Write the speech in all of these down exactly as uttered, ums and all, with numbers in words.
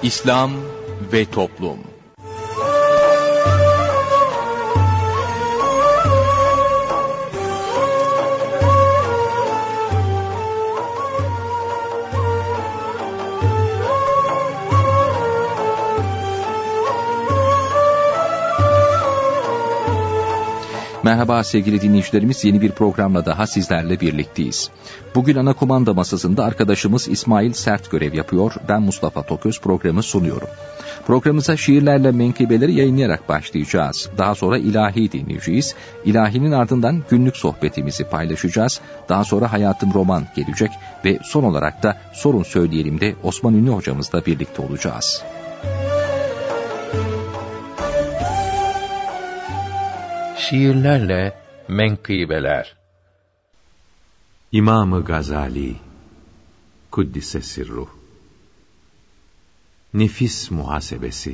İslam ve Toplum. Merhaba sevgili dinleyicilerimiz, yeni bir programla daha sizlerle birlikteyiz. Bugün ana kumanda masasında arkadaşımız İsmail Sert görev yapıyor. Ben Mustafa Toköz programı sunuyorum. Programımıza şiirlerle menkıbeleri yayınlayarak başlayacağız. Daha sonra ilahi dinleyeceğiz. İlahinin ardından günlük sohbetimizi paylaşacağız. Daha sonra Hayatım Roman gelecek ve son olarak da Sorun Söyleyelim de Osman Ünlü hocamızla birlikte olacağız. Şiirlerle menkıbeler. İmam-ı Gazali Kuddise Sirruh. Nefis muhasebesi.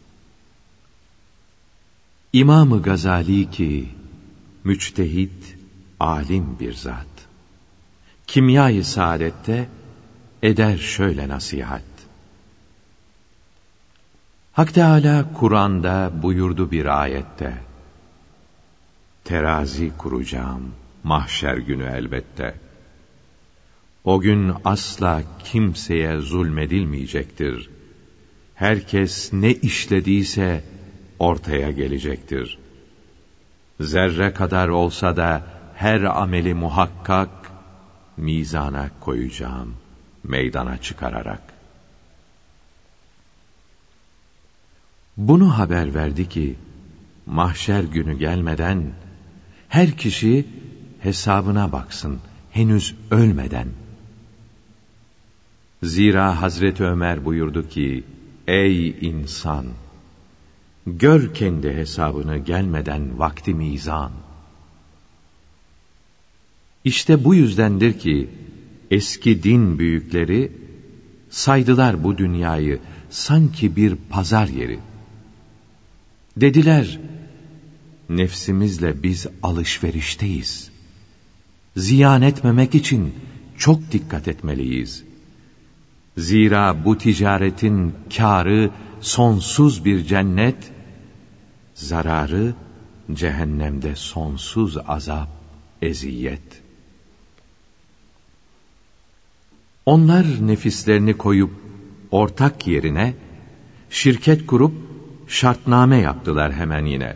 İmam-ı Gazali ki müçtehit, alim bir zat, kimya-i saadette eder şöyle nasihat. Hak Teâlâ Kur'an'da buyurdu bir ayette: terazi kuracağım mahşer günü elbette. O gün asla kimseye zulmedilmeyecektir. Herkes ne işlediyse ortaya gelecektir. Zerre kadar olsa da her ameli muhakkak mizana koyacağım meydana çıkararak. Bunu haber verdi ki mahşer günü gelmeden her kişi hesabına baksın henüz ölmeden. Zira Hazreti Ömer buyurdu ki, ey insan, gör kendi hesabını gelmeden vakti mizan. İşte bu yüzdendir ki eski din büyükleri saydılar bu dünyayı sanki bir pazar yeri. Dediler, nefsimizle biz alışverişteyiz. Ziyan etmemek için çok dikkat etmeliyiz. Zira bu ticaretin kârı sonsuz bir cennet, zararı cehennemde sonsuz azap, eziyet. Onlar nefislerini koyup ortak yerine şirket kurup şartname yaptılar hemen yine.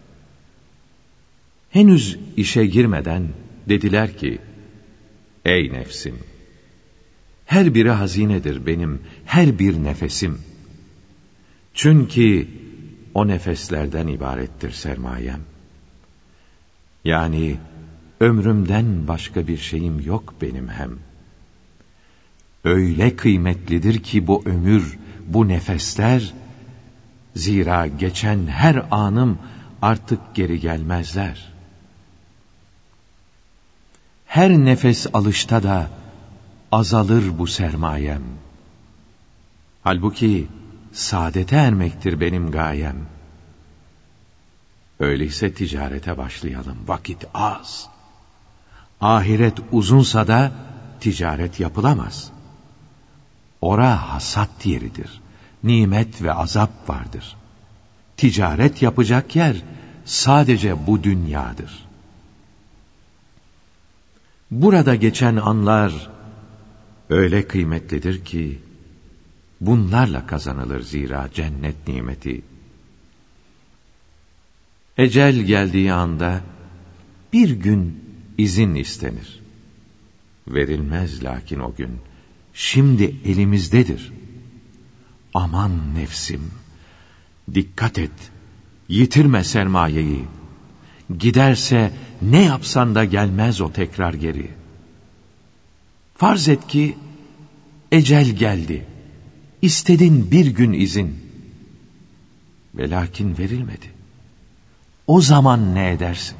Henüz işe girmeden dediler ki, ey nefsim, her biri hazinedir benim, her bir nefesim. Çünkü o nefeslerden ibarettir sermayem. Yani ömrümden başka bir şeyim yok benim hem. Öyle kıymetlidir ki bu ömür, bu nefesler, zira geçen her anım artık geri gelmezler. Her nefes alışta da azalır bu sermayem. Halbuki saadete ermektir benim gayem. Öyleyse ticarete başlayalım, vakit az. Ahiret uzunsa da ticaret yapılamaz. Ora hasat yeridir, nimet ve azap vardır. Ticaret yapacak yer sadece bu dünyadır. Burada geçen anlar öyle kıymetlidir ki bunlarla kazanılır zira cennet nimeti. Ecel geldiği anda bir gün izin istenir. Verilmez lakin o gün şimdi elimizdedir. Aman nefsim, dikkat et, yitirme sermayeyi. Giderse ne yapsan da gelmez o tekrar geri. Farz et ki ecel geldi, istedin bir gün izin. Ve lakin verilmedi. O zaman ne edersin?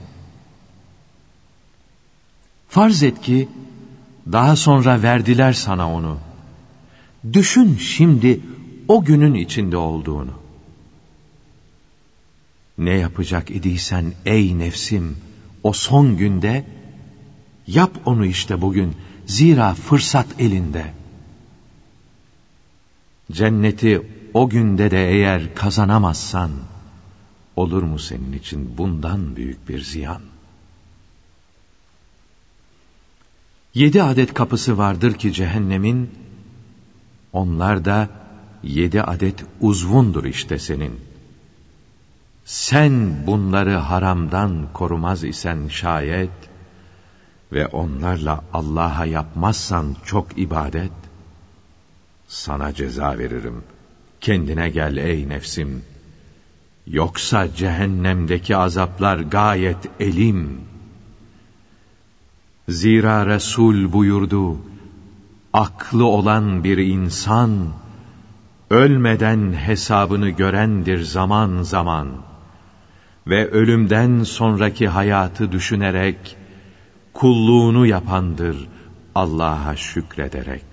Farz et ki daha sonra verdiler sana onu. Düşün şimdi o günün içinde olduğunu. Ne yapacak idiysen ey nefsim o son günde, yap onu işte bugün, zira fırsat elinde. Cenneti o günde de eğer kazanamazsan, olur mu senin için bundan büyük bir ziyan? Yedi adet kapısı vardır ki cehennemin, onlar da yedi adet uzvundur işte senin. Sen bunları haramdan korumaz isen şayet ve onlarla Allah'a yapmazsan çok ibadet, sana ceza veririm. Kendine gel ey nefsim. Yoksa cehennemdeki azaplar gayet elim. Zira Resul buyurdu, aklı olan bir insan, ölmeden hesabını görendir zaman zaman ve ölümden sonraki hayatı düşünerek, kulluğunu yapandır Allah'a şükrederek.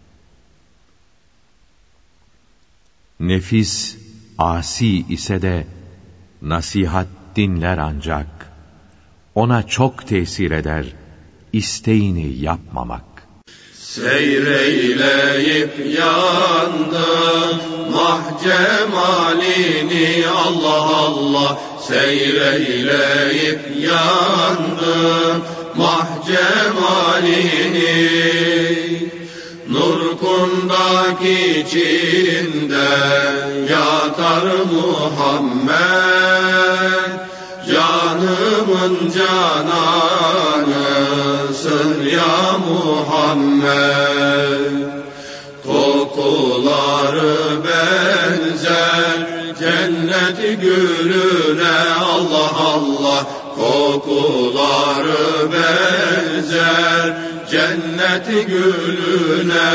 Nefis, asi ise de nasihat dinler ancak, ona çok tesir eder, isteğini yapmamak. Seyreyleyip yandım mahcemalini Allah Allah, seyreyleyip yandım mahcemalini, nur kundak içinde yatar Muhammed, canımın cananısın ya Muhammed. Kokuları benzer cennet gülüne Allah Allah, kokuları benzer cennet gülüne,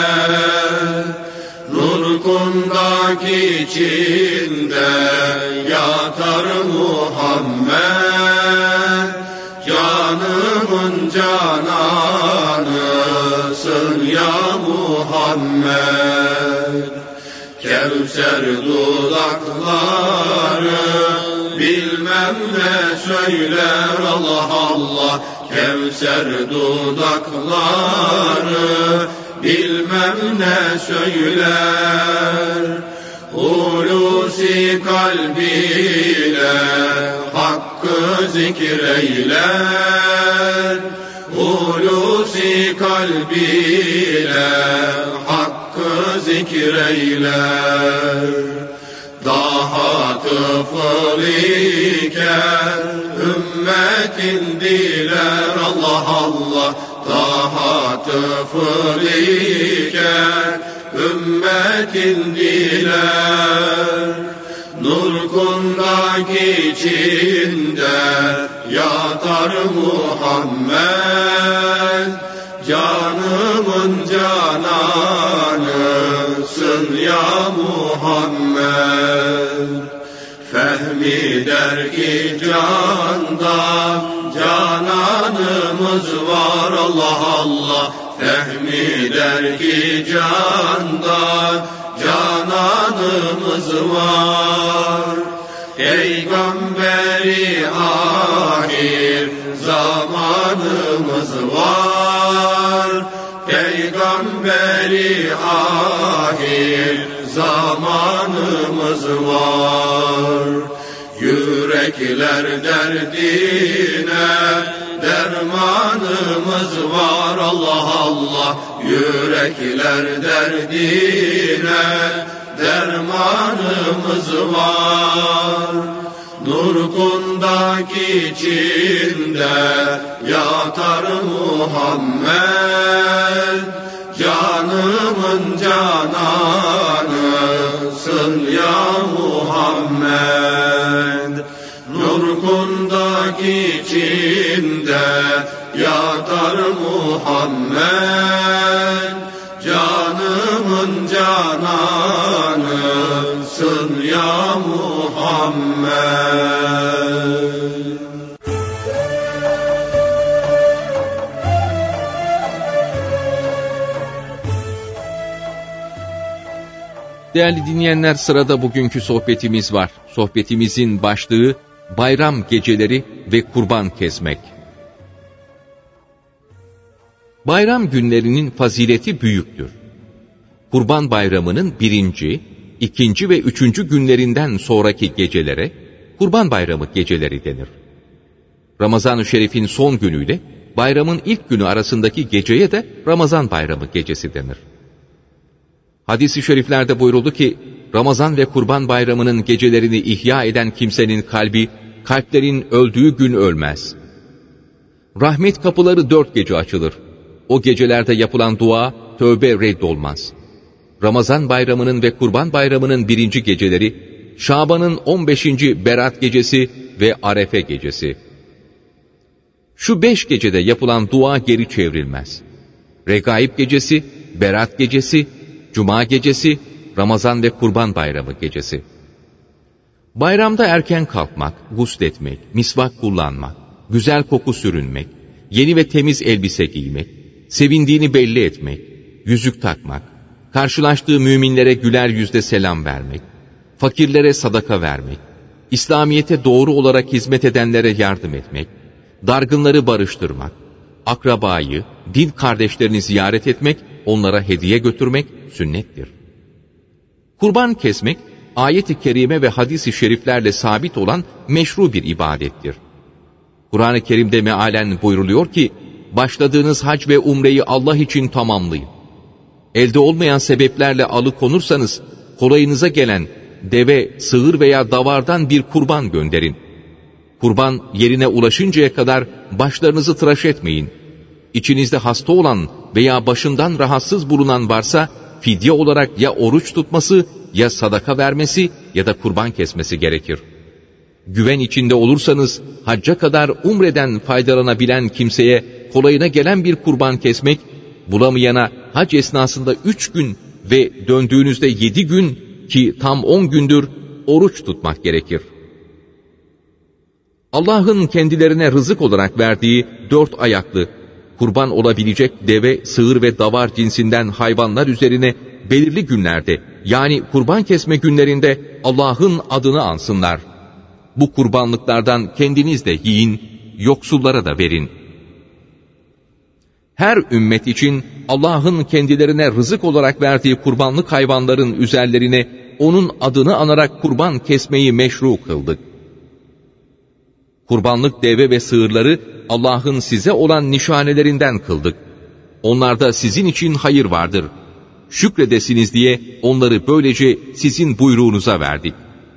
nur kundak içinde yatar Muhammed, canımın cananısın ya Muhammed. Kevser dudakları bilmem ne söyler Allah Allah, Kevser dudakları bilmem ne söyler, Hulusi kalbiyle hakkı zikreyler, Hulusi kalbiyle hakkı zikreyler. Daha tıfıl iken ümmetin diler Allah Allah, daha tıfıl iken ümmetin diler. Nur kundak içinde yatar Muhammed, canımın cananısın ya Muhammed. Fehmi der ki canda cananımız var Allah Allah, Fehmi der ki canda cananımız var. Peygamberi ahir zamanımız var, Peygamberi ahir zamanımız var. Yürekler derdine dermanımız var Allah Allah, yürekler derdine dermanımız var. Nur kundak içinde yatar Muhammed, canımın cananısın ya Muhammed. Nur kundak içinde yatar Muhammed, canımın cananısın ya Muhammed. Değerli dinleyenler, sırada bugünkü sohbetimiz var. Sohbetimizin başlığı bayram geceleri ve kurban kesmek. Bayram günlerinin fazileti büyüktür. Kurban Bayramı'nın birinci, ikinci ve üçüncü günlerinden sonraki gecelere Kurban Bayramı geceleri denir. Ramazan-ı Şerif'in son günüyle bayramın ilk günü arasındaki geceye de Ramazan Bayramı gecesi denir. Hadis-i şeriflerde buyuruldu ki, Ramazan ve Kurban Bayramı'nın gecelerini ihya eden kimsenin kalbi, kalplerin öldüğü gün ölmez. Rahmet kapıları dört gece açılır. O gecelerde yapılan dua, tövbe reddolmaz. Ramazan Bayramı'nın ve Kurban Bayramı'nın birinci geceleri, Şaban'ın on beşinci Berat gecesi ve Arefe gecesi. Şu beş gecede yapılan dua geri çevrilmez. Regaib gecesi, Berat gecesi, Cuma gecesi, Ramazan ve Kurban Bayramı gecesi. Bayramda erken kalkmak, gusletmek, misvak kullanmak, güzel koku sürünmek, yeni ve temiz elbise giymek, sevindiğini belli etmek, yüzük takmak, karşılaştığı müminlere güler yüzle selam vermek, fakirlere sadaka vermek, İslamiyet'e doğru olarak hizmet edenlere yardım etmek, dargınları barıştırmak, akrabayı, din kardeşlerini ziyaret etmek, onlara hediye götürmek sünnettir. Kurban kesmek, ayet-i kerime ve hadis-i şeriflerle sabit olan meşru bir ibadettir. Kur'an-ı Kerim'de mealen buyruluyor ki, başladığınız hac ve umreyi Allah için tamamlayın. Elde olmayan sebeplerle alıkonursanız, kolayınıza gelen deve, sığır veya davardan bir kurban gönderin. Kurban yerine ulaşıncaya kadar başlarınızı tıraş etmeyin. İçinizde hasta olan veya başından rahatsız bulunan varsa, fidye olarak ya oruç tutması, ya sadaka vermesi ya da kurban kesmesi gerekir. Güven içinde olursanız, hacca kadar umreden faydalanabilen kimseye kolayına gelen bir kurban kesmek, bulamayana hac esnasında üç gün ve döndüğünüzde yedi gün ki tam on gündür oruç tutmak gerekir. Allah'ın kendilerine rızık olarak verdiği dört ayaklı, kurban olabilecek deve, sığır ve davar cinsinden hayvanlar üzerine belirli günlerde, yani kurban kesme günlerinde Allah'ın adını ansınlar. Bu kurbanlıklardan kendiniz de yiyin, yoksullara da verin. Her ümmet için Allah'ın kendilerine rızık olarak verdiği kurbanlık hayvanların üzerlerine onun adını anarak kurban kesmeyi meşru kıldık. Kurbanlık deve ve sığırları Allah'ın size olan nişanelerinden kıldık. Onlarda sizin için hayır vardır. Şükredesiniz diye onları böylece sizin buyruğunuza verdik.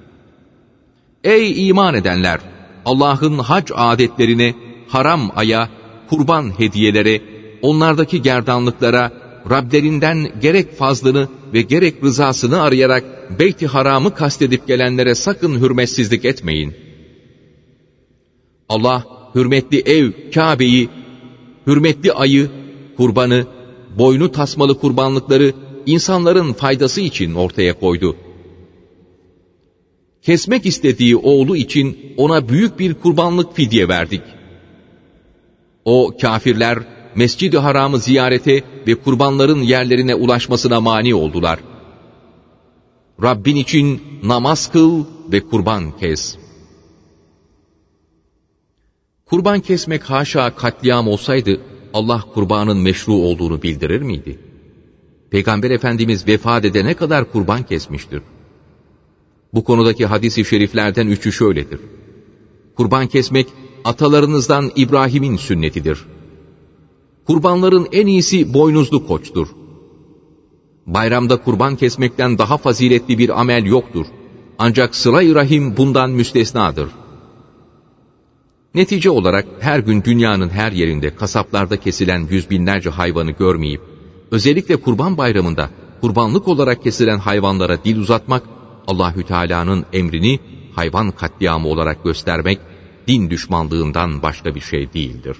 Ey iman edenler! Allah'ın hac adetlerine, haram aya, kurban hediyelere, onlardaki gerdanlıklara, Rablerinden gerek fazlını ve gerek rızasını arayarak Beyt-i Haram'ı kastedip gelenlere sakın hürmetsizlik etmeyin. Allah, hürmetli ev, Kabe'yi, hürmetli ayı, kurbanı, boynu tasmalı kurbanlıkları insanların faydası için ortaya koydu. Kesmek istediği oğlu için ona büyük bir kurbanlık fidye verdik. O kafirler, Mescid-i Haram'ı ziyarete ve kurbanların yerlerine ulaşmasına mani oldular. Rabbin için namaz kıl ve kurban kes. Kurban kesmek haşa katliam olsaydı, Allah kurbanın meşru olduğunu bildirir miydi? Peygamber Efendimiz vefat edene kadar kurban kesmiştir. Bu konudaki hadis-i şeriflerden üçü şöyledir. Kurban kesmek, atalarınızdan İbrahim'in sünnetidir. Kurbanların en iyisi boynuzlu koçtur. Bayramda kurban kesmekten daha faziletli bir amel yoktur. Ancak sıla-i rahim bundan müstesnadır. Netice olarak her gün dünyanın her yerinde kasaplarda kesilen yüz binlerce hayvanı görmeyip, özellikle Kurban Bayramı'nda kurbanlık olarak kesilen hayvanlara dil uzatmak, Allahü Teala'nın emrini hayvan katliamı olarak göstermek, din düşmanlığından başka bir şey değildir.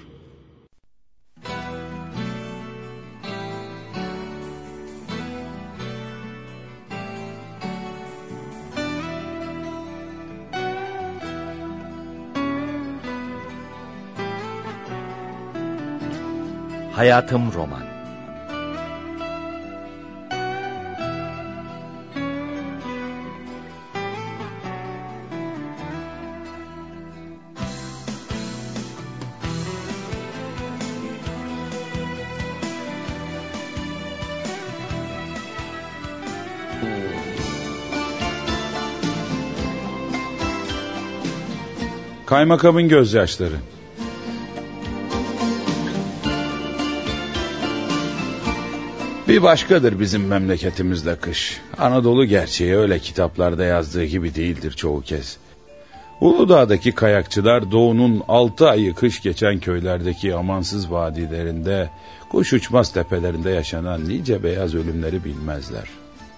Hayatım Roman. Kaymakamın gözyaşları. Bir başkadır bizim memleketimizde kış. Anadolu gerçeği öyle kitaplarda yazdığı gibi değildir çoğu kez. Uludağ'daki kayakçılar doğunun altı ayı kış geçen köylerdeki amansız vadilerinde, kuş uçmaz tepelerinde yaşanan nice beyaz ölümleri bilmezler.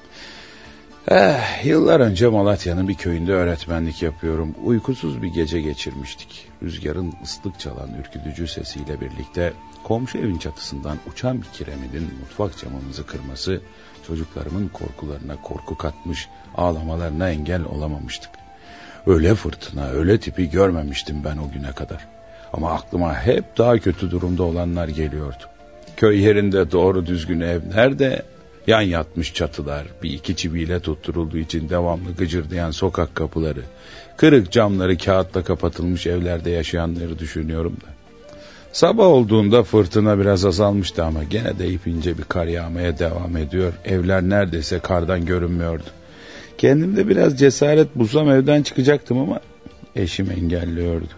Eh, yıllar önce Malatya'nın bir köyünde öğretmenlik yapıyorum. Uykusuz bir gece geçirmiştik. Rüzgarın ıslık çalan ürkütücü sesiyle birlikte komşu evin çatısından uçan bir kiremidin mutfak camımızı kırması çocuklarımın korkularına korku katmış, ağlamalarına engel olamamıştık. Öyle fırtına, öyle tipi görmemiştim ben o güne kadar. Ama aklıma hep daha kötü durumda olanlar geliyordu. Köy yerinde doğru düzgün ev nerede? Yan yatmış çatılar, bir iki çiviyle tutturulduğu için devamlı gıcırdayan sokak kapıları, kırık camları kağıtla kapatılmış evlerde yaşayanları düşünüyorum da. Sabah olduğunda fırtına biraz azalmıştı ama gene de ipince bir kar yağmaya devam ediyor. Evler neredeyse kardan görünmüyordu. Kendimde biraz cesaret bulsam evden çıkacaktım ama eşim engelliyordu.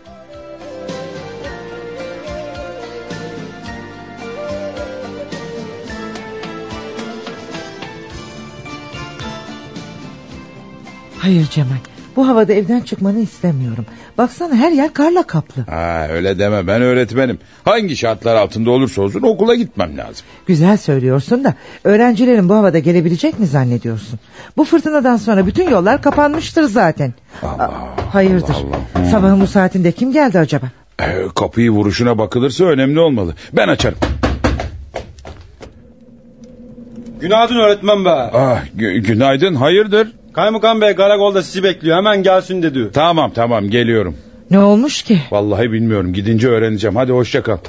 Hayır Cemal, bu havada evden çıkmanı istemiyorum. Baksana her yer karla kaplı. Ha, öyle deme, ben öğretmenim. Hangi şartlar altında olursa olsun okula gitmem lazım. Güzel söylüyorsun da öğrencilerin bu havada gelebilecek mi zannediyorsun? Bu fırtınadan sonra bütün yollar kapanmıştır zaten. Allah, hayırdır? Allah, Allah. Sabahın bu saatinde kim geldi acaba? Ee, kapıyı vuruşuna bakılırsa önemli olmalı. Ben açarım. Günaydın öğretmen be. Ah, gü- günaydın, hayırdır? Kaymakam bey karakolda sizi bekliyor, hemen gelsin dedi. Tamam tamam geliyorum. Ne olmuş ki? Vallahi bilmiyorum, gidince öğreneceğim. Hadi hoşça kal.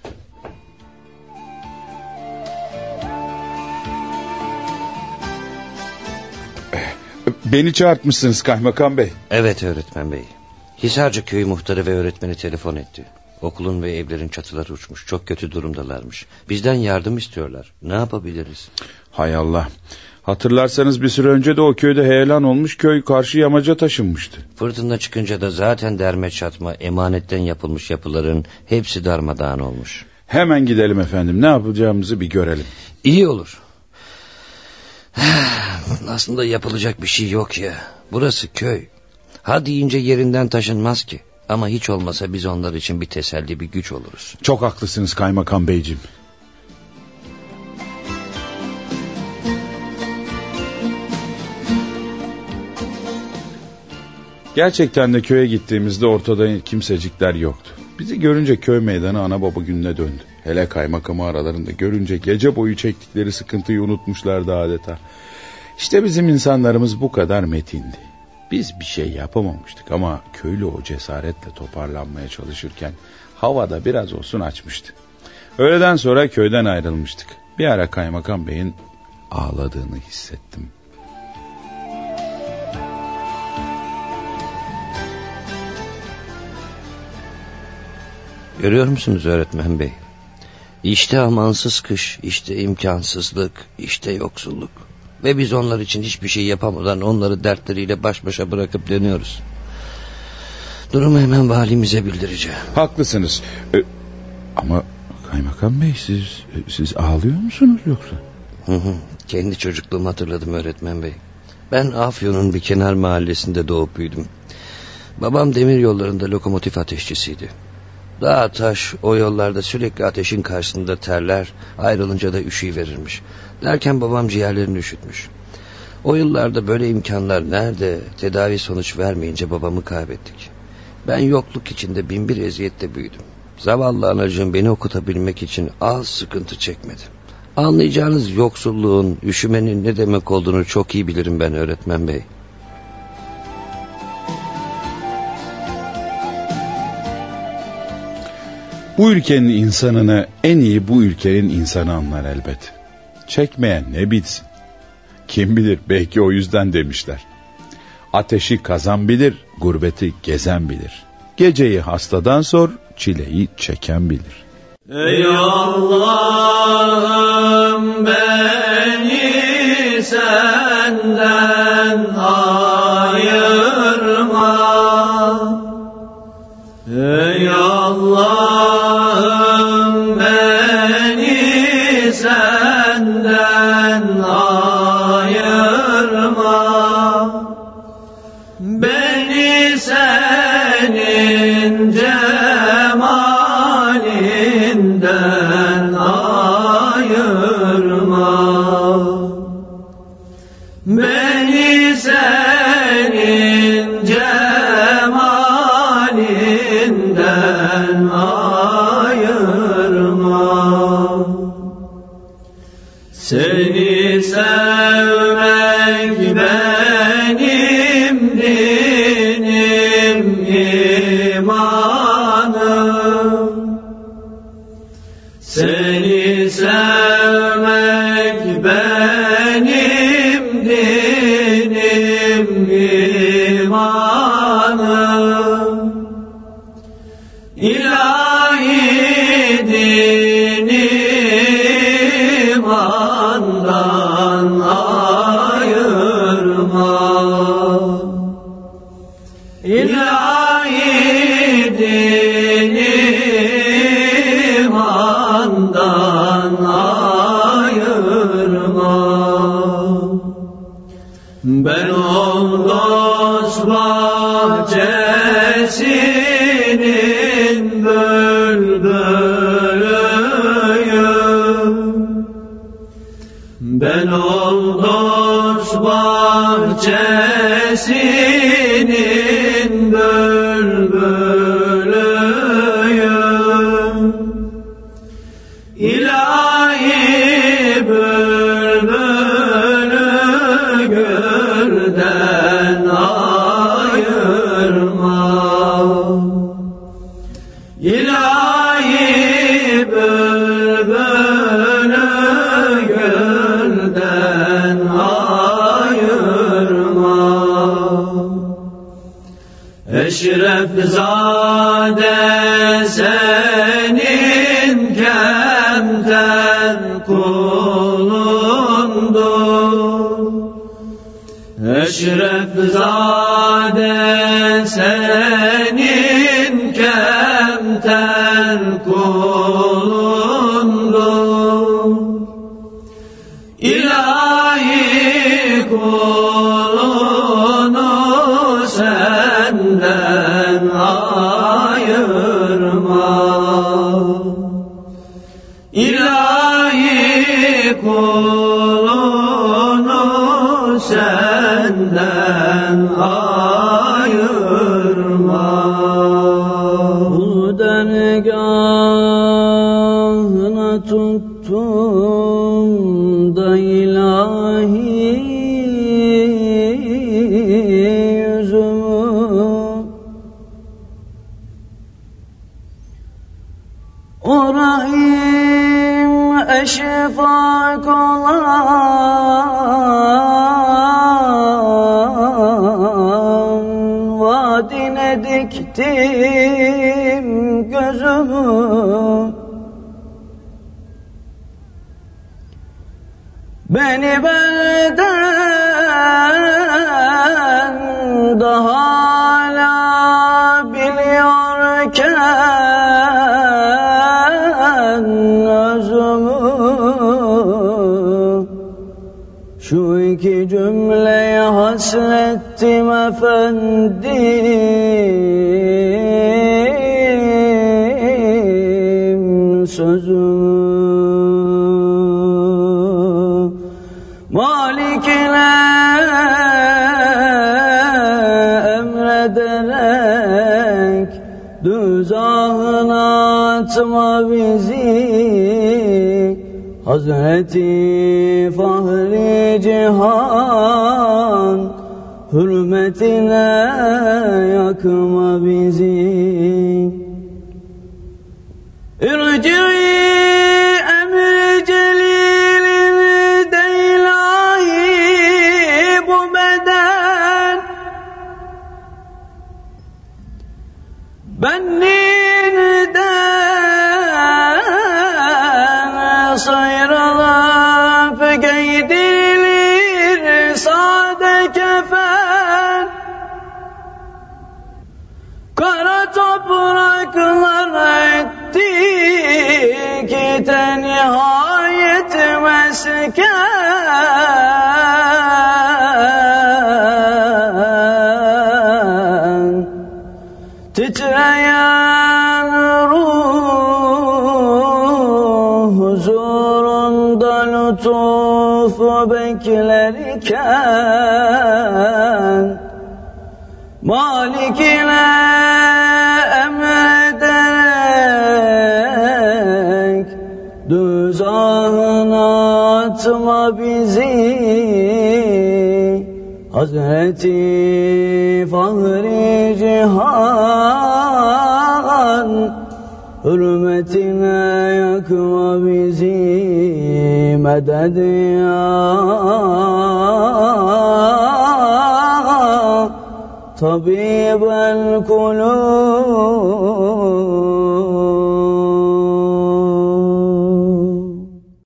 Beni çağırtmışsınız kaymakam bey. Evet öğretmen bey. Hisarcı köyü muhtarı ve öğretmeni telefon etti. Okulun ve evlerin çatıları uçmuş. Çok kötü durumdalarmış. Bizden yardım istiyorlar. Ne yapabiliriz? Hay Allah. Hatırlarsanız bir süre önce de o köyde heyelan olmuş, köy karşı yamaca taşınmıştı. Fırtına çıkınca da zaten derme çatma emanetten yapılmış yapıların hepsi darmadağın olmuş. Hemen gidelim efendim, ne yapacağımızı bir görelim. İyi olur. Aslında yapılacak bir şey yok ya. Burası köy. Ha deyince yerinden taşınmaz ki. Ama hiç olmasa biz onlar için bir teselli, bir güç oluruz. Çok haklısınız kaymakam beyciğim. Gerçekten de köye gittiğimizde ortada kimsecikler yoktu. Bizi görünce köy meydanı ana baba gününe döndü. Hele kaymakamı aralarında görünce gece boyu çektikleri sıkıntıyı unutmuşlardı adeta. İşte bizim insanlarımız bu kadar metindi. Biz bir şey yapamamıştık ama köylü o cesaretle toparlanmaya çalışırken havada biraz olsun açmıştı. Öğleden sonra köyden ayrılmıştık. Bir ara kaymakam beyin ağladığını hissettim. Görüyor musunuz öğretmen bey? İşte amansız kış, işte imkansızlık, işte yoksulluk. Ve biz onlar için hiçbir şey yapamadan onları dertleriyle baş başa bırakıp dönüyoruz. Durumu hemen valimize bildireceğim. Haklısınız. Ee, ama kaymakam bey siz siz ağlıyor musunuz yoksa? Hı hı. Kendi çocukluğumu hatırladım öğretmen bey. Ben Afyon'un bir kenar mahallesinde doğup büyüdüm. Babam demir yollarında lokomotif ateşçisiydi. Dağ taş o yollarda sürekli ateşin karşısında terler, ayrılınca da üşüyüverirmiş. Derken babam ciğerlerini üşütmüş. O yıllarda böyle imkanlar nerede, tedavi sonuç vermeyince babamı kaybettik. Ben yokluk içinde bin bir eziyetle büyüdüm. Zavallı anacığım beni okutabilmek için az sıkıntı çekmedi. Anlayacağınız yoksulluğun, üşümenin ne demek olduğunu çok iyi bilirim ben öğretmen bey. Bu ülkenin insanını en iyi bu ülkenin insanı anlar elbet. Çekmeyen ne bilsin? Kim bilir, belki o yüzden demişler. Ateşi kazan bilir, gurbeti gezen bilir. Geceyi hastadan sor, çileyi çeken bilir. Ey Allah'ım beni senden ayırma. Ey Allah'ım beni senden ayırma, beni senin cemalinden ayırma, beni senin cemalinden ayırma. Seni sevmek benim dinim, imanım. Seni sevmek benim dinim, imanım. İlahi dinim imandan ayırma. İlahi dinim imandan ayırma. Ben ol dost bahçesinin bülbülüyüm. Ben ol dost bahçesinin bülbülüyüm. İlahi bülbülü gülden ayırma. İlahi bülbülü gülden ayırma. Eşrefzade senin kemter kulundur. Eşrefzade senin kemter kulundur. İlahi kulunu senden ayırma. İlahi kulunu senden ayırma. Bu dergahına tuttum da ilahi yüzümü, o rahim eşfak olan vadine diktim gözümü. Beni benden daha âlâ biliyorken özümü, şu iki cümleye hasrettim efendim sözümü. Malik ile emrederek düzahına atma bizi, Hazreti Fahri Cihan hürmetine yakma bizi. İrci'i emri celilin de ilahi bu beden, benliğinden sıyrılıp giydirir sade kefen. Kara toprağa uzaklar etti ki tenhayet mesken titreyen ruh huzurunda lütuf beklerken Malik ile emrederek düzahına atma bizi Hazreti Fahri Cihan hürmetine yakma bizi medet ya طبيب القلوب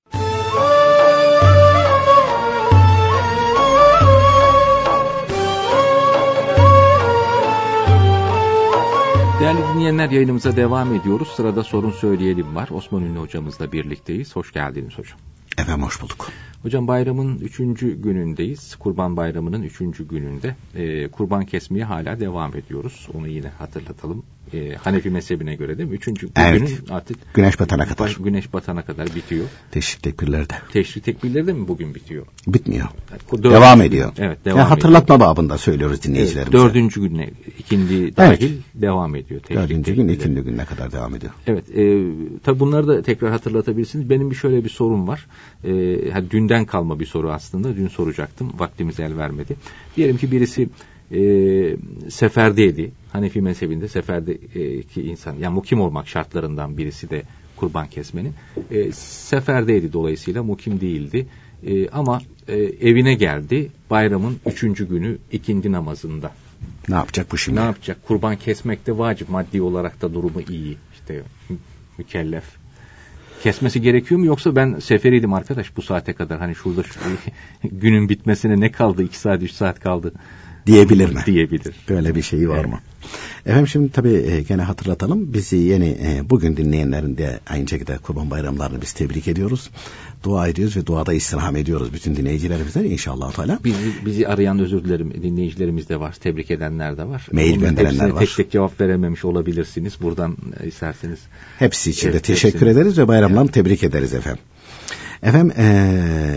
Değerli dinleyenler, yayınımıza devam ediyoruz. Sırada sorun söyleyelim var. Osman Ünlü hocamızla birlikteyiz. Hoş geldiniz hocam. Efendim hoş bulduk. Hocam bayramın üçüncü günündeyiz. Kurban Bayramı'nın üçüncü gününde. Ee, kurban kesmeye hala devam ediyoruz. Onu yine hatırlatalım. Ee, Hanefi mezhebine göre değil mi? Üçüncü evet. günün artık güneş batana kadar. Güneş batana kadar bitiyor. Teşrik tekbirleri de. Teşrik tekbirleri de mi bugün bitiyor? Bitmiyor. Yani, devam ediyor. Evet, devam yani hatırlatma ediyor. Babında söylüyoruz dinleyicilerimize. Evet, dördüncü güne ikindi dahil evet. devam ediyor. Dördüncü gün ikindi gününe kadar devam ediyor. Evet. E, tabi bunları da tekrar hatırlatabilirsiniz. Benim bir şöyle bir sorum var. E, yani dünden kalma bir soru aslında. Dün soracaktım. Vaktimiz el vermedi. Diyelim ki birisi e, seferdeydi. Hanefi mezhebinde seferdeki insan, yani mukim olmak şartlarından birisi de kurban kesmenin. E, seferdeydi, dolayısıyla mukim değildi. E, ama e, evine geldi bayramın üçüncü günü ikindi namazında. Ne yapacak bu şimdi? Ne yapacak? Kurban kesmek de vacip. Maddi olarak da durumu iyi. İşte mükellef. Kesmesi gerekiyor mu, yoksa ben seferiydim arkadaş bu saate kadar, hani şurada şu, günün bitmesine ne kaldı, iki saat üç saat kaldı diyebilir mi? Diyebilir. Böyle bir şeyi var evet. mı? Efendim şimdi tabii e, gene hatırlatalım. Bizi yeni e, bugün dinleyenlerin de aynı şekilde Kurban Bayramlarını biz tebrik ediyoruz. Dua ediyoruz ve duada istirham ediyoruz bütün dinleyicilerimizden inşallah Teala. Bizi, bizi arayan, özür dilerim, dinleyicilerimiz de var. Tebrik edenler de var. Mail Onların gönderenler var. Tek tek cevap verememiş olabilirsiniz. Buradan e, isterseniz. Hepsi için de evet, teşekkür hepsini. ederiz ve bayramlarını evet. tebrik ederiz efendim. Efendim e,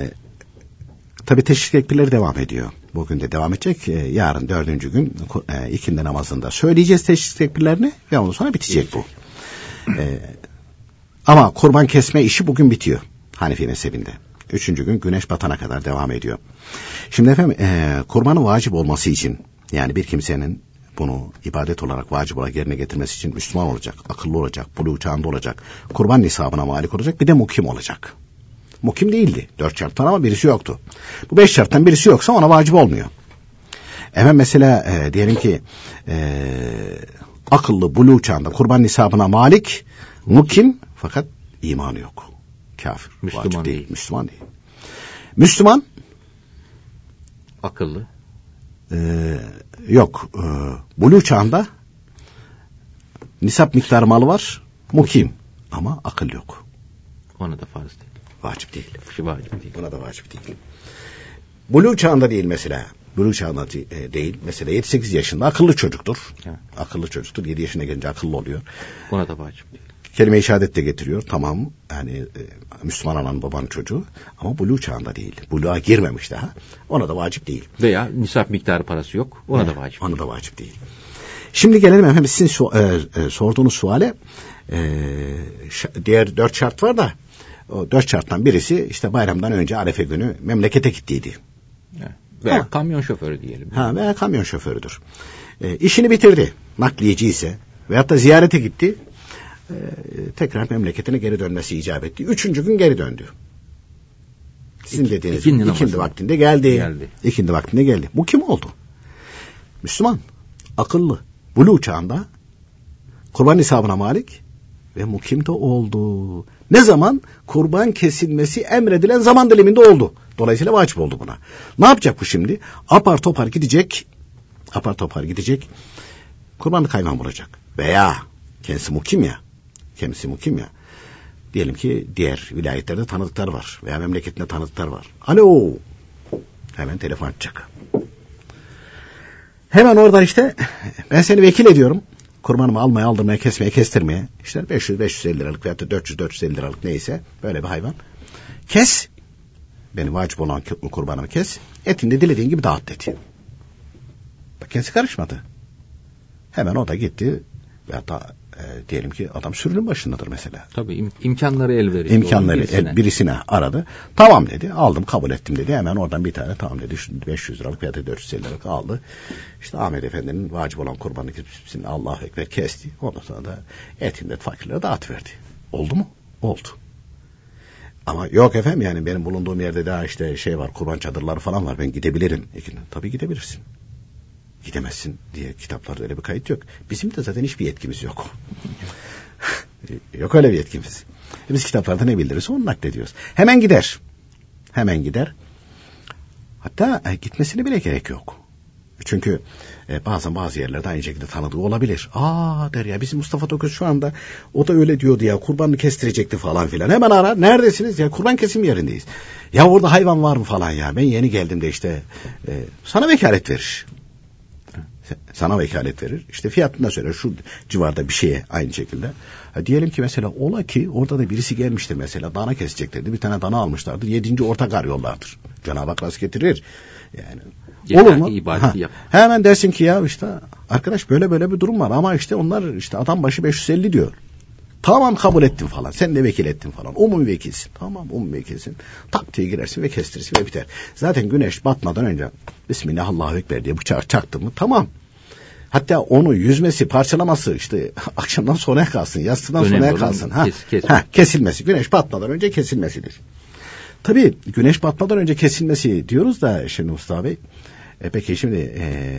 tabii teşrik tekbirleri devam ediyor. Bugün de devam edecek. E, yarın dördüncü gün e, ikindi namazında söyleyeceğiz teşrik tekbirlerini ve ondan sonra bitecek bu. E, ama kurban kesme işi bugün bitiyor Hanefi mezhebinde. Üçüncü gün güneş batana kadar devam ediyor. Şimdi efendim e, kurbanın vacip olması için, yani bir kimsenin bunu ibadet olarak vacip olarak yerine getirmesi için Müslüman olacak, akıllı olacak, buluğ çağında olacak, kurban nisabına malik olacak, bir de mukim olacak. Mukim değildi. Dört şarttan ama birisi yoktu. Bu beş şarttan birisi yoksa ona vacip olmuyor. Hemen mesela e, diyelim ki e, akıllı, buluğ çağında, kurban nisabına malik, mukim, fakat imanı yok. Kafir. Müslüman vacip değil. değil. Müslüman değil. Müslüman, akıllı. Ee, yok. E, buluğ çağında nisap miktarı malı var, mukim, ama akıl yok. Ona da farz değil. Vacip değil. Vacip değil. Buna da vacip değil. Buluğ çağında değil mesela. Buluğ çağında değil. Mesela yedi sekiz yaşında akıllı çocuktur. Evet. Akıllı çocuktur. yedi yaşına gelince akıllı oluyor. Buna da vacip değil. Kelime-i şehadet de getiriyor. Tamam. Yani e, Müslüman anan babanın çocuğu. Ama buluğ çağında değil. Buluğa girmemiş daha. Ona da vacip değil. Veya nisap miktarı parası yok. Ona evet, da vacip ona değil. da vacip değil. Şimdi gelelim efendim sizin su, e, e, sorduğunuz suale. E, ş- diğer dört şart var da, o dört şarttan birisi işte bayramdan önce Arefe günü memlekete gittiydi. Evet. Veya ha. kamyon şoförü diyelim. Ha, veya kamyon şoförüdür. E, işini bitirdi. Nakliyeci ise veyahut da ziyarete gitti. E, tekrar memleketine geri dönmesi icap etti. Üçüncü gün geri döndü. Sizin İki, dediğiniz ikindi, ikindi vaktinde geldi. geldi. İkindi vaktinde geldi. Bu kim oldu? Müslüman, akıllı, buluğ çağında, kurban nisabına malik ve mukim de oldu. Ne zaman? Kurban kesilmesi emredilen zaman diliminde oldu. Dolayısıyla vacip oldu buna. Ne yapacak bu şimdi? Apar topar gidecek, apar topar gidecek, kurbanlık hayvan bulacak. Veya Kendisi mukim ya. Kendisi mukim ya. Diyelim ki diğer vilayetlerde tanıdıklar var veya memleketinde tanıdıklar var. Alo. Hemen telefon açacak. Hemen oradan işte ben seni vekil ediyorum. Kurbanımı almaya, aldırmaya, kesmeye, kestirmeye. İşte beş yüz beş yüz elli liralık veya dört yüz dört yüz elli liralık neyse böyle bir hayvan. Kes. Benim vacip olan kurbanımı kes. Etini de dilediğin gibi dağıt dedi. Bak kendisi karışmadı. Hemen o da gitti. Veya da e, diyelim ki adam sürünün başındadır mesela. Tabii im- imkanları el veriyor. İmkanları birisine. El, birisine aradı. Tamam dedi. Aldım, kabul ettim dedi. Hemen oradan bir tane tamam dedi. beş yüz liralık veya da dört yüz elli liralık aldı. İşte Ahmet Efendi'nin vacip olan kurbanını kesip Allahu Ekber kesti. Ondan sonra da etini de fakirlere dağıtıverdi. Oldu mu? Oldu. Ama yok efendim yani benim bulunduğum yerde daha işte şey var, kurban çadırları falan var. Ben gidebilirim. Tabii gidebilirsin. Gidemezsin diye kitaplarda öyle bir kayıt yok. Bizim de zaten hiçbir yetkimiz yok. Yok öyle bir yetkimiz. Biz kitaplarda ne bildirirse onu naklediyoruz. Hemen gider. Hemen gider. Hatta e, gitmesine bile gerek yok. Çünkü e, bazen bazı yerlerde aynı şekilde tanıdığı olabilir. Aa der ya bizim Mustafa Toköz şu anda o da öyle diyordu ya kurbanını kestirecekti falan filan. Hemen arar. Neredesiniz ya kurban kesim yerindeyiz. Ya orada hayvan var mı falan ya. Ben yeni geldim de işte e, sana vekalet verir. Sana vekalet verir. İşte fiyatını da söyler. Şu civarda bir şeye aynı şekilde. Ha, diyelim ki mesela ola ki orada da birisi gelmiştir mesela. Dana keseceklerdi. Bir tane dana almışlardır. Yedinci orta gar yollardır. Cenab-ı Hak rast getirir. Yani yeter olur mu? İbadeti yap. Hemen dersin ki ya işte arkadaş böyle böyle bir durum var ama işte onlar işte adam başı beş yüz elli diyor. Tamam kabul ettim falan. Sen de vekil ettin falan. Umumi vekilsin. Tamam umumi vekilsin. Tak diye girersin ve kestirsin ve biter. Zaten güneş batmadan önce Bismillah Allahu Ekber diye bıçağı çaktın mı tamam. Hatta onu yüzmesi, parçalaması işte akşamdan sonraya kalsın. Yastıdan önemli sonraya kalsın. Ha, kes, kes. ha, kesilmesi. Güneş batmadan önce kesilmesidir. Tabii güneş batmadan önce kesilmesi diyoruz da şimdi Mustafa Bey. E, peki şimdi e,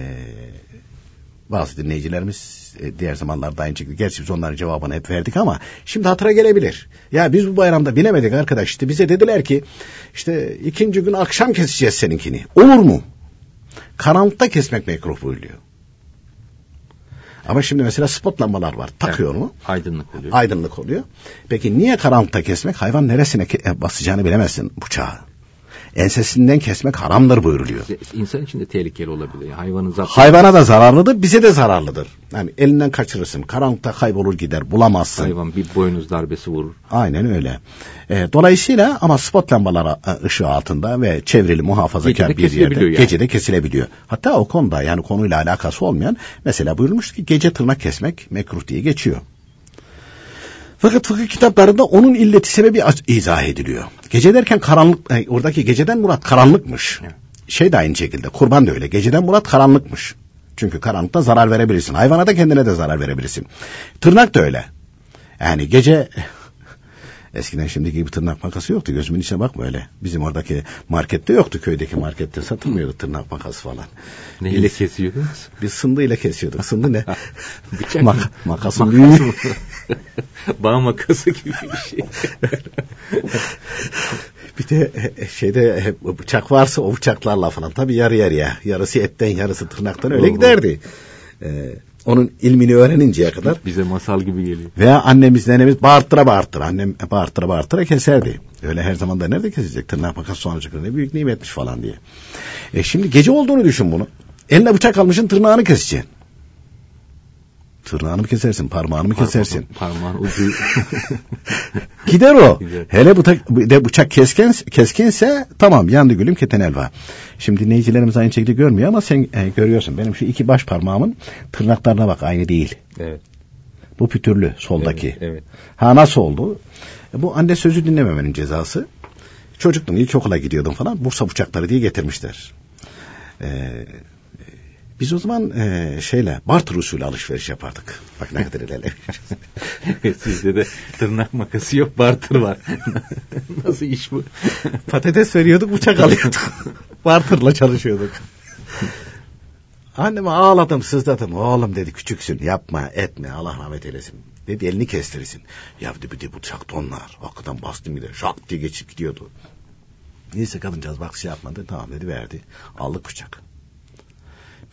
bazı dinleyicilerimiz e, diğer zamanlarda aynı şekilde. Gerçi biz onların cevabını hep verdik ama şimdi hatıra gelebilir. Ya biz bu bayramda binemedik arkadaş. İşte bize dediler ki işte ikinci gün akşam keseceğiz seninkini. Olur mu? Karanlıkta kesmek mekruh buyuruyor. Ama şimdi mesela spot lambalar var. Takıyor evet, mu? Aydınlık oluyor. Aydınlık oluyor. Peki niye karanlıkta kesmek? Hayvan neresine ke- basacağını bilemezsin bıçağı. Ensesinden kesmek haramdır buyuruluyor. İnsan için de tehlikeli olabilir. Hayvanın zaten... Hayvana da zararlıdır, bize de zararlıdır. Yani elinden kaçırırsın, karanlıkta kaybolur gider, bulamazsın. Hayvan bir boynuz darbesi vurur. Aynen öyle. E, dolayısıyla ama spot lambalara ışığı altında ve çevrili muhafazakar gecede bir yerde yani. gecede kesilebiliyor. Hatta o konuda yani konuyla alakası olmayan mesela buyurulmuş ki gece tırnak kesmek mekruh diye geçiyor. Fakat fıkıh kitaplarında onun illeti sebebi izah ediliyor. Gece derken karanlık, oradaki geceden murat karanlıkmış. Şey de aynı şekilde, kurban da öyle. Geceden murat karanlıkmış. Çünkü karanlıkta zarar verebilirsin. Hayvana da kendine de zarar verebilirsin. Tırnak da öyle. Yani gece... Eskiden şimdiki gibi tırnak makası yoktu. Gözümün içine bakma öyle. Bizim oradaki markette yoktu. Köydeki markette satılmıyordu tırnak makası falan. Neyle biz, kesiyordunuz? Biz sındıyla kesiyorduk. Sındı ne? Bıçak Mak- makasın büyüğü. Bağ makası gibi bir şey. Bir de şeyde bıçak varsa o bıçaklarla falan. Tabii yarı yarıya. Yarısı etten yarısı tırnaktan öyle giderdi. Ee, onun ilmini öğreninceye kadar. Bize masal gibi geliyor. Veya annemiz nenemiz bağırtıra bağırtıra. Annem bağırtıra bağırtıra keserdi. Öyle her zaman da nerede kesecek? Tırnak makası sonra çıkıyor. Ne büyük nimetmiş falan diye. E şimdi gece olduğunu düşün bunu. Eline bıçak almışsın tırnağını keseceksin. Tırnağını mı kesersin? Parmağını mı Parmağın, kesersin? Parmağın ucu. Gider o. Gider. Hele bıçak, de bıçak keskin, keskinse tamam yandı gülüm keten elva. Şimdi dinleyicilerimiz aynı şekilde görmüyor ama sen e, görüyorsun. Benim şu iki baş parmağımın tırnaklarına bak aynı değil. Evet. Bu pütürlü soldaki. Evet, evet. Ha nasıl oldu? E, bu anne sözü dinlememenin cezası. Çocukluğum ilkokula gidiyordum falan. Bursa bıçakları diye getirmişler. Eee Biz o zaman e, şeyle barter usulü alışveriş yapardık. Bak ne kadar ilerlemiş. Sizde de tırnak makası yok, barter var. Nasıl iş bu? Patates veriyorduk, bıçak alıyorduk. Barter'la çalışıyorduk. Anneme ağladım, sızladım. Oğlum dedi küçüksün, yapma, etme, Allah rahmet eylesin. Dedi elini kestirirsin. Ya dedi bir de bıçak tonlar. Hakikaten bastım gider. Şak diye geçip gidiyordu. Neyse kadıncağız bak şey yapmadı. Tamam dedi verdi. Aldık bıçak.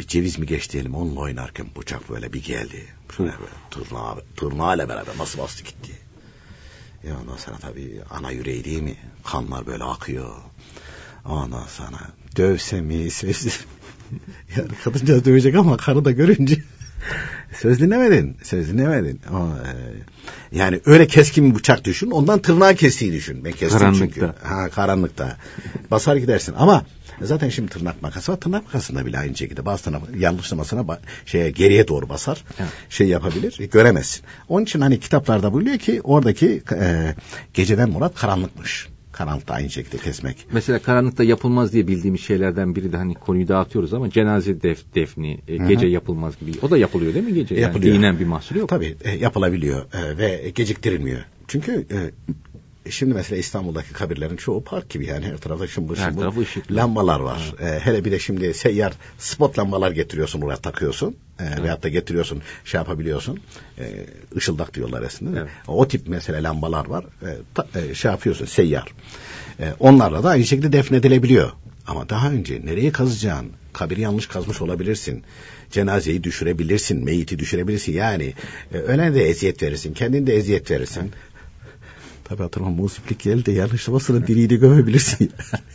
bir ceviz mi geçti elim, onunla oynarken bıçak böyle bir geldi. Şöyle böyle tırnağı, tırnağıyla beraber nasıl bastı gitti. Ya ondan sonra tabii ana yüreği değil mi? Kanlar böyle akıyor. Ondan sonra dövse mi söz... yani kadıncağız dövecek ama karı da görünce söz dinlemedin. Söz dinlemedin. Ama, e, yani öyle keskin bir bıçak düşün. Ondan tırnağı kestiği düşün. Ben kestim karanlıkta. Çünkü. Ha, karanlıkta. Basar gidersin ama zaten şimdi tırnak makası var. Tırnak makasında bile aynı şekilde bazı tırnak yanlışlamasına ba- şeye geriye doğru basar. Evet. Şey yapabilir. Göremezsin. Onun için hani kitaplarda buyuruyor ki oradaki e, geceden murat karanlıkmış. Karanlıkta aynı şekilde kesmek. Mesela karanlıkta yapılmaz diye bildiğimiz şeylerden biri de hani konuyu dağıtıyoruz ama cenaze def, defni e, gece yapılmaz gibi. O da yapılıyor değil mi gece? Yapılıyor. Yani dinen bir mahsuru yok. Tabii e, yapılabiliyor e, ve geciktirilmiyor. Çünkü e, şimdi mesela İstanbul'daki kabirlerin çoğu park gibi yani her tarafta şımbır her şımbır lambalar var. E, hele bir de şimdi seyyar spot lambalar getiriyorsun buraya takıyorsun. E, evet. Veyahut da getiriyorsun şey yapabiliyorsun. E, ışıldak diyorlar aslında. Evet. O tip mesela lambalar var. E, ta, e, şey yapıyorsun seyyar. E, onlarla da aynı şekilde defnedilebiliyor. Ama daha önce nereye kazacaksın? Kabiri yanlış kazmış olabilirsin. Cenazeyi düşürebilirsin. Meyiti düşürebilirsin. Yani e, ölene de eziyet verirsin. Kendin de eziyet verirsin. Evet. Tabii hatırlamam musiblik geldi de yanlışlamasını diriyi de gömebilirsin.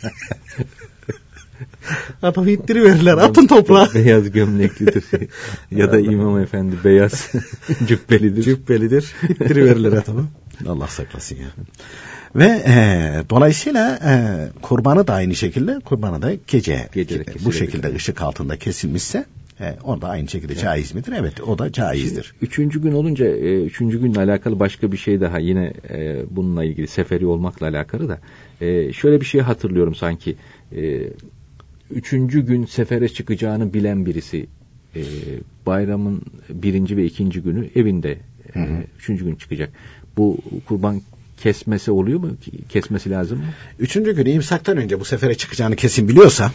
Adamı ittiriverirler. Atın toprağa. Beyaz gömleklidir. Ya da imam efendi beyaz cübbelidir. Cübbelidir. İttiriverirler adamı. Allah saklasın ya. Ve e, dolayısıyla e, kurbanı da aynı şekilde kurbanı da gece Gece bu şekilde ışık altında kesilmişse e, orada aynı şekilde evet. Caiz midir? Evet, o da caizdir. Şimdi, üçüncü gün olunca e, üçüncü günle alakalı başka bir şey daha yine e, bununla ilgili seferi olmakla alakalı da e, şöyle bir şey hatırlıyorum sanki e, üçüncü gün sefere çıkacağını bilen birisi e, bayramın birinci ve ikinci günü evinde e, üçüncü gün çıkacak. Bu kurban kesmesi oluyor mu? Kesmesi lazım mı? Üçüncü günü imsaktan önce bu sefere çıkacağını kesin biliyorsa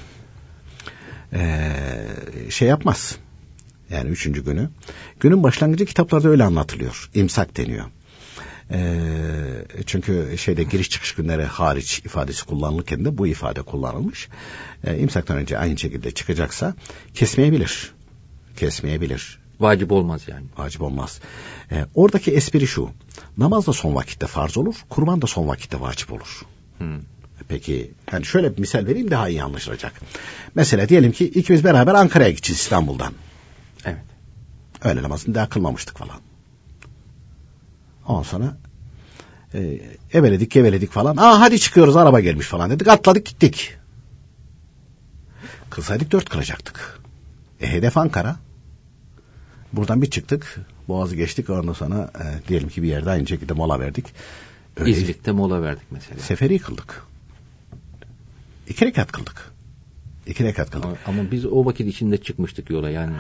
ee, şey yapmaz. Yani üçüncü günü. Günün başlangıcı kitaplarda öyle anlatılıyor. İmsak deniyor. Ee, çünkü şeyde giriş çıkış günleri hariç ifadesi kullanılırken de bu ifade kullanılmış. Ee, imsaktan önce aynı şekilde çıkacaksa kesmeyebilir. Kesmeyebilir. Vacip olmaz yani. Vacip olmaz. Ee, oradaki espri şu. Namaz da son vakitte farz olur. Kurban da son vakitte vacip olur. Hmm. Peki yani şöyle bir misal vereyim daha iyi anlaşılacak. Mesela diyelim ki ikimiz beraber Ankara'ya gideceğiz İstanbul'dan. Evet. Öğle namazını daha kılmamıştık falan. Ondan sonra e, eveledik geveledik falan. Aa hadi çıkıyoruz araba gelmiş falan dedik. Atladık gittik. Kılsaydık dört kılacaktık. E, hedef Ankara. Buradan bir çıktık. Boğazı geçtik. Ondan sonra e, diyelim ki bir yerde aynı şekilde mola verdik. Öyle İzmit'te mola verdik mesela. Seferi kıldık. İki rekat kıldık. İki rekat kıldık. Ama, ama biz o vakit içinde çıkmıştık yola yani.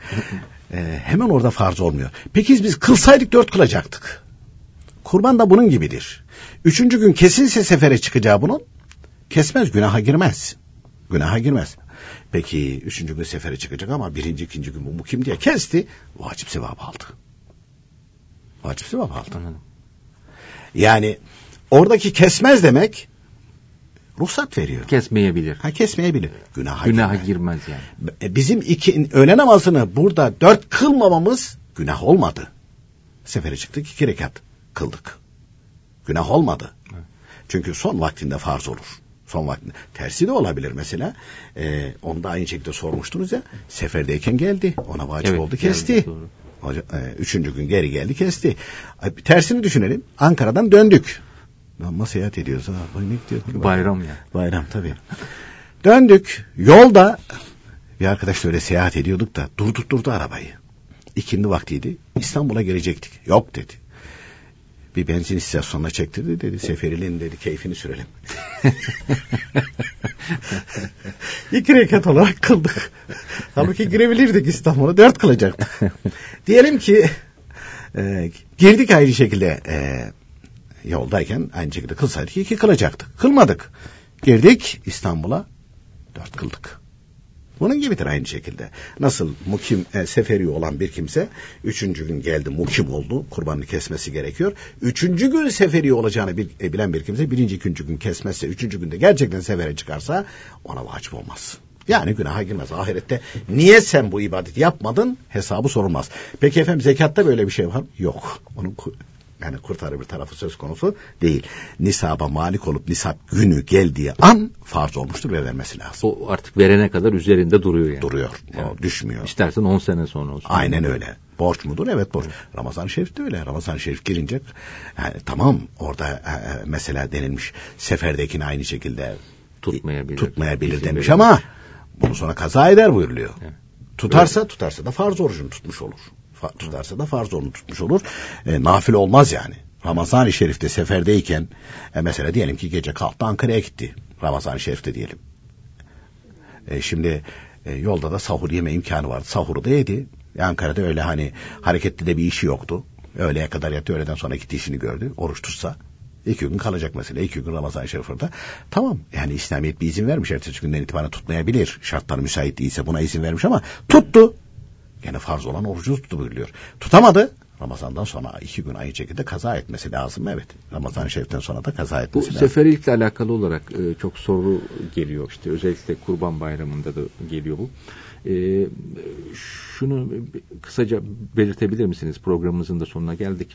e, hemen orada farz olmuyor. Peki biz kılsaydık dört kılacaktık. Kurban da bunun gibidir. Üçüncü gün kesinse sefere çıkacağı bunun. Kesmez, günaha girmez. Günaha girmez. Peki üçüncü gün sefere çıkacak ama birinci, ikinci gün bu, bu kim diye kesti. Vacip sevabı aldı. Vacip sevabı aldı. Anladım. Yani oradaki kesmez demek ruhsat veriyor. Kesmeyebilir. Ha kesmeyebilir. Günaha, Günaha girmez. girmez yani. Bizim iki öğle namazını burada dört kılmamamız günah olmadı. Sefere çıktık iki rekat kıldık. Günah olmadı. Evet. Çünkü son vaktinde farz olur. Son vaktinde. Tersi de olabilir mesela. Ee, onu da aynı şekilde sormuştunuz ya. Seferdeyken geldi. Ona vacip evet, oldu kesti. Geldi, Hoca, e, üçüncü gün geri geldi kesti. Tersini düşünelim. Ankara'dan döndük. Ama seyahat ediyoruz. Ha, ne diyor ki? Bayram ya. Bayram tabii. Döndük. Yolda bir arkadaşla öyle seyahat ediyorduk da durdurtturdu arabayı. İkindi vaktiydi. İstanbul'a gelecektik. Yok dedi. Bir benzin istasyonuna çektirdi dedi. Seferiliğin dedi keyfini sürelim. İki rekat olarak kıldık. Halbuki girebilirdik İstanbul'a. Dört kılacaktık. Diyelim ki e, girdik aynı şekilde e, yoldayken aynı şekilde kılsaydık iki kılacaktık. Kılmadık. Girdik İstanbul'a dört kıldık. Bunun gibidir aynı şekilde. Nasıl mukim e, seferi olan bir kimse üçüncü gün geldi mukim oldu. Kurbanını kesmesi gerekiyor. Üçüncü gün seferi olacağını bil, e, bilen bir kimse birinci ikinci gün kesmezse üçüncü günde gerçekten sefere çıkarsa ona vacip olmaz. Yani günaha girmez. Ahirette niye sen bu ibadeti yapmadın hesabı sorulmaz. Peki efendim zekatta böyle bir şey var mı? Yok. Onun yani kurtarı bir tarafı söz konusu değil. Nisaba malik olup nisap günü geldiği an farz olmuştur ve vermesi lazım. O artık verene kadar üzerinde duruyor yani. Duruyor. Yani. O düşmüyor. İstersen on sene sonra olsun. Aynen öyle. Borç mudur? Evet borç. Evet. Ramazan-ı Şerif de öyle. Ramazan-ı Şerif girince yani, tamam orada e, mesela denilmiş seferdekini aynı şekilde tutmayabilir, tutmayabilir demiş ama bunu sonra kaza eder buyuruluyor. Evet. Tutarsa evet. tutarsa da farz orucunu tutmuş olur. Fa- tutarsa da farz orucunu tutmuş olur. E, nafile olmaz yani. Ramazan-ı Şerif'te seferdeyken e, mesela diyelim ki gece kalktı Ankara'ya gitti. Ramazan-ı Şerif'te diyelim. E, şimdi e, yolda da sahur yeme imkanı vardı. Sahuru da yedi. Ankara'da öyle hani hareketli de bir işi yoktu. Öğleye kadar yattı, öğleden sonra gitti işini gördü. Oruç tutsa iki gün kalacak mesela. iki gün Ramazan-ı Şerif orada. Tamam yani İslamiyet bir izin vermiş. Ertesi günden itibaren tutmayabilir. Şartları müsait değilse buna izin vermiş ama tuttu. Gene farz olan orucu tuttu buyuruyor. Tutamadı. Ramazan'dan sonra iki gün aynı şekilde kaza etmesi lazım. Evet. Ramazan-ı Şerif'ten sonra da kaza etmesi Bu lazım. Bu seferilikle alakalı olarak e, çok soru geliyor. İşte özellikle Kurban Bayramı'nda da geliyor bu. E, şunu kısaca belirtebilir misiniz? Programımızın da sonuna geldik.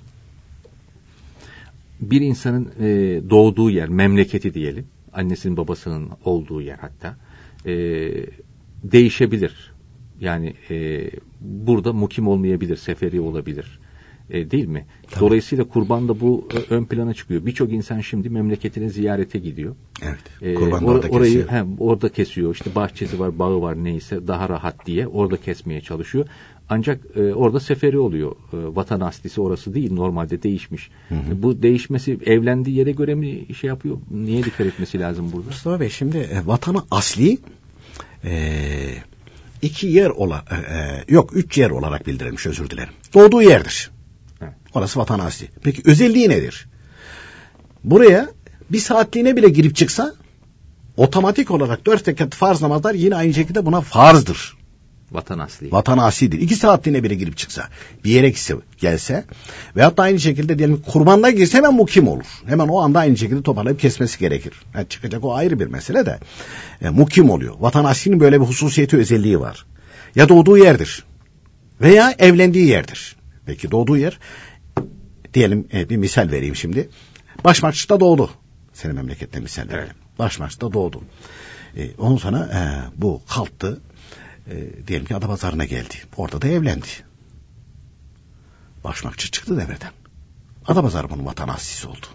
Bir insanın e, doğduğu yer, memleketi diyelim, annesinin babasının olduğu yer hatta e, değişebilir. Yani e, burada mukim olmayabilir, seferi olabilir. E, değil mi? Tabii. Dolayısıyla kurban da bu e, ön plana çıkıyor. Birçok insan şimdi memleketine ziyarete gidiyor. Evet. E, or- orayı he, orada kesiyor. İşte bahçesi var, bağı var neyse daha rahat diye orada kesmeye çalışıyor. Ancak e, orada seferi oluyor. E, vatan aslisi orası değil. Normalde değişmiş. Hı hı. E, bu değişmesi evlendiği yere göre mi şey yapıyor? Niye dikkat etmesi lazım burada? Mustafa Bey şimdi e, vatanı asli eee İki yer olarak, e, yok üç yer olarak bildirilmiş, özür dilerim. Doğduğu yerdir. Evet. Orası vatan asli. Peki özelliği nedir? Buraya bir saatliğine bile girip çıksa otomatik olarak dört rekat farz namazlar yine aynı şekilde buna farzdır. Vatan asli. Vatan aslidir. İki saatliğine bile girip çıksa, bir yere gitse, gelse veyahut da aynı şekilde diyelim kurbanına girse hemen mukim olur. Hemen o anda aynı şekilde toparlayıp kesmesi gerekir. Yani çıkacak o ayrı bir mesele de e, mukim oluyor. Vatan aslinin böyle bir hususiyeti, özelliği var. Ya doğduğu yerdir veya evlendiği yerdir. Peki doğduğu yer diyelim e, bir misal vereyim şimdi. Başmakçı'da doğdu. Senin memlekette misal verelim. Evet. Başmakçı'da doğdu. E, ondan sonra e, bu kalktı. E, diyelim ki Adapazarı'na geldi. Orada da evlendi. Başmakçı çıktı devreden. Adapazarı bunun vatan aslisi oldu.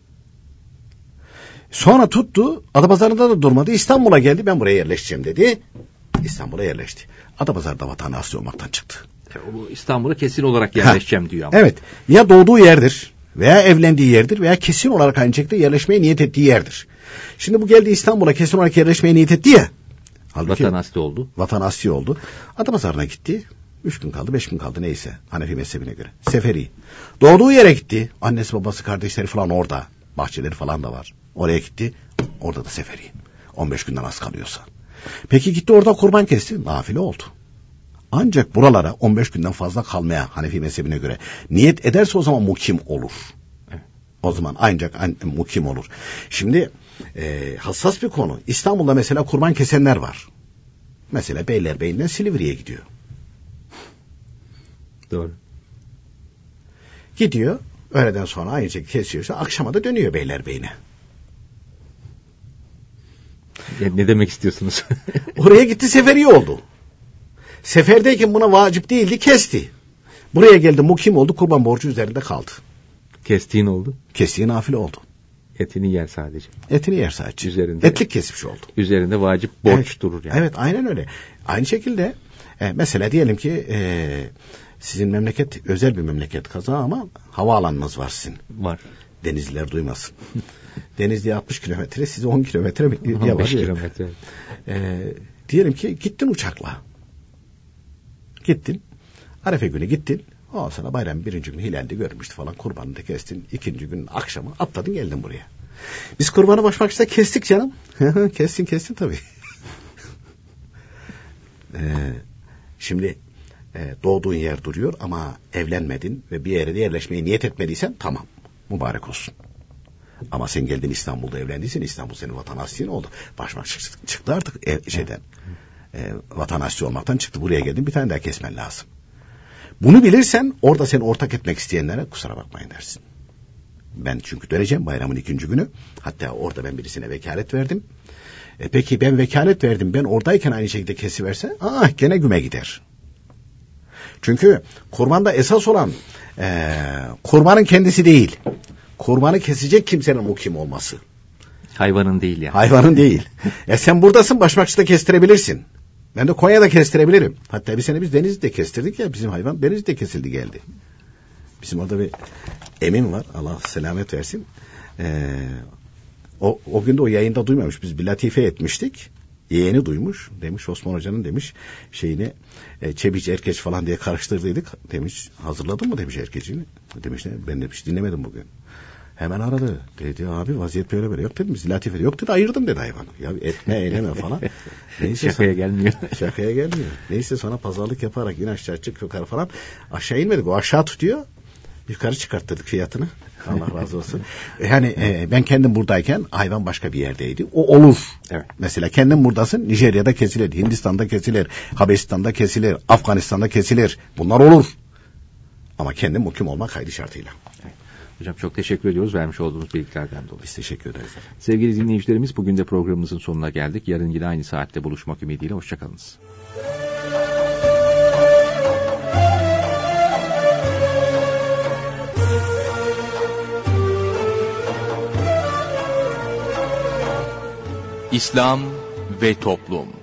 Sonra tuttu. Adapazarı'nda da durmadı. İstanbul'a geldi. Ben buraya yerleşeceğim dedi. İstanbul'a yerleşti. Adapazarı'da vatan asli olmaktan çıktı. İstanbul'a kesin olarak yerleşeceğim ha, diyor ama. Evet. Ya doğduğu yerdir veya evlendiği yerdir veya kesin olarak aynı şekilde yerleşmeye niyet ettiği yerdir. Şimdi bu geldi İstanbul'a kesin olarak yerleşmeye niyet etti ya. Halbuki, vatan asli oldu. Vatan asli oldu. Adapazarı'na gitti. Üç gün kaldı, beş gün kaldı neyse. Hanefi mezhebine göre. Seferi. Doğduğu yere gitti. Annesi, babası, kardeşleri falan orada. Bahçeleri falan da var. Oraya gitti. Orada da seferi. On beş günden az kalıyorsa. Peki gitti orada kurban kesti. Nafile oldu. Ancak buralara on beş günden fazla kalmaya Hanefi mezhebine göre niyet ederse o zaman mukim olur. Evet. O zaman ancak mukim olur. Şimdi e, hassas bir konu. İstanbul'da mesela kurban kesenler var. Mesela Beylerbeyi'nden Silivri'ye gidiyor. Doğru. Gidiyor. Öğleden sonra aynı şekilde kesiyorsa akşama da dönüyor Beylerbeyi'ne. Ya ne demek istiyorsunuz? Oraya gitti, seferi oldu. Seferdeyken buna vacip değildi, kesti. Buraya geldi, mukim oldu, kurban borcu üzerinde kaldı. Kestiğin oldu? Kestiği nafile oldu. Etini yer sadece. Etini yer sadece. Üzerinde, etlik kesmiş oldu. Üzerinde vacip borç evet, durur yani. Evet, aynen öyle. Aynı şekilde e, mesela diyelim ki e, sizin memleket özel bir memleket kaza ama havaalanınız var sizin. Var. Denizliler duymasın. Denizli'ye altmış kilometre, size on kilometre diye beş kilometre. E, diyelim ki gittin uçakla. Gittin. Arefe günü gittin. O sana bayram birinci gün hilalde görmüştü falan. Kurbanını da kestin. İkinci gün akşamı atladın geldin buraya. Biz kurbanı başmakçıda kestik canım. kestin kestin tabii. ee, şimdi e, doğduğun yer duruyor ama evlenmedin ve bir yere de yerleşmeye niyet etmediysen tamam. Mübarek olsun. Ama sen geldin İstanbul'da evlendiysen İstanbul senin vatan aslin oldu. Başmak çıktı artık ev, şeyden. e, vatan hasreti olmaktan çıktı. Buraya geldin, bir tane daha kesmen lazım. Bunu bilirsen orada seni ortak etmek isteyenlere kusura bakmayın dersin. Ben çünkü döneceğim bayramın ikinci günü. Hatta orada ben birisine vekalet verdim. E peki ben vekalet verdim, ben oradayken aynı şekilde kesiverse, ah gene güme gider. Çünkü kurbanda esas olan e, kurbanın kendisi değil. Kurbanı kesecek kimsenin mukim olması. Hayvanın değil yani. Hayvanın değil. Ya sen buradasın, Başmakçı'da kestirebilirsin. Ben de Konya'da kestirebilirim. Hatta bir sene biz Denizli'de kestirdik ya, bizim hayvan Denizli'de kesildi geldi. Bizim orada bir emin var, Allah selamet versin. Ee, o, o gün de o yayında duymamış, biz bir latife etmiştik. Yeğeni duymuş, demiş Osman Hoca'nın demiş şeyini e, çebiç erkeç falan diye karıştırdıydık, demiş hazırladın mı demiş erkeciğini, demiş ne, ben demiş dinlemedim bugün. Hemen aradı, dedi abi vaziyet böyle böyle, yok dedim biz latife, yok dedi ayırdım dedi hayvanı, ya etme eyleme falan. Neyse, şakaya gelmiyor. Şakaya gelmiyor. Neyse sonra pazarlık yaparak yine aşağı çık yukarı falan, aşağı inmedik, o aşağı tutuyor, yukarı çıkarttırdık fiyatını. Allah razı olsun. Yani e, ben kendim buradayken hayvan başka bir yerdeydi. O olur. Evet. Mesela kendim buradasın, Nijerya'da kesilir, Hindistan'da kesilir, Habeşistan'da kesilir, Afganistan'da kesilir. Bunlar olur. Ama kendim mukim olmak kaydı şartıyla. Evet. Hocam çok teşekkür ediyoruz vermiş olduğunuz bilgilerden dolayı. Biz teşekkür ederiz. Sevgili dinleyicilerimiz, bugün de programımızın sonuna geldik. Yarın yine aynı saatte buluşmak ümidiyle. Hoşçakalınız. İslam ve Toplum.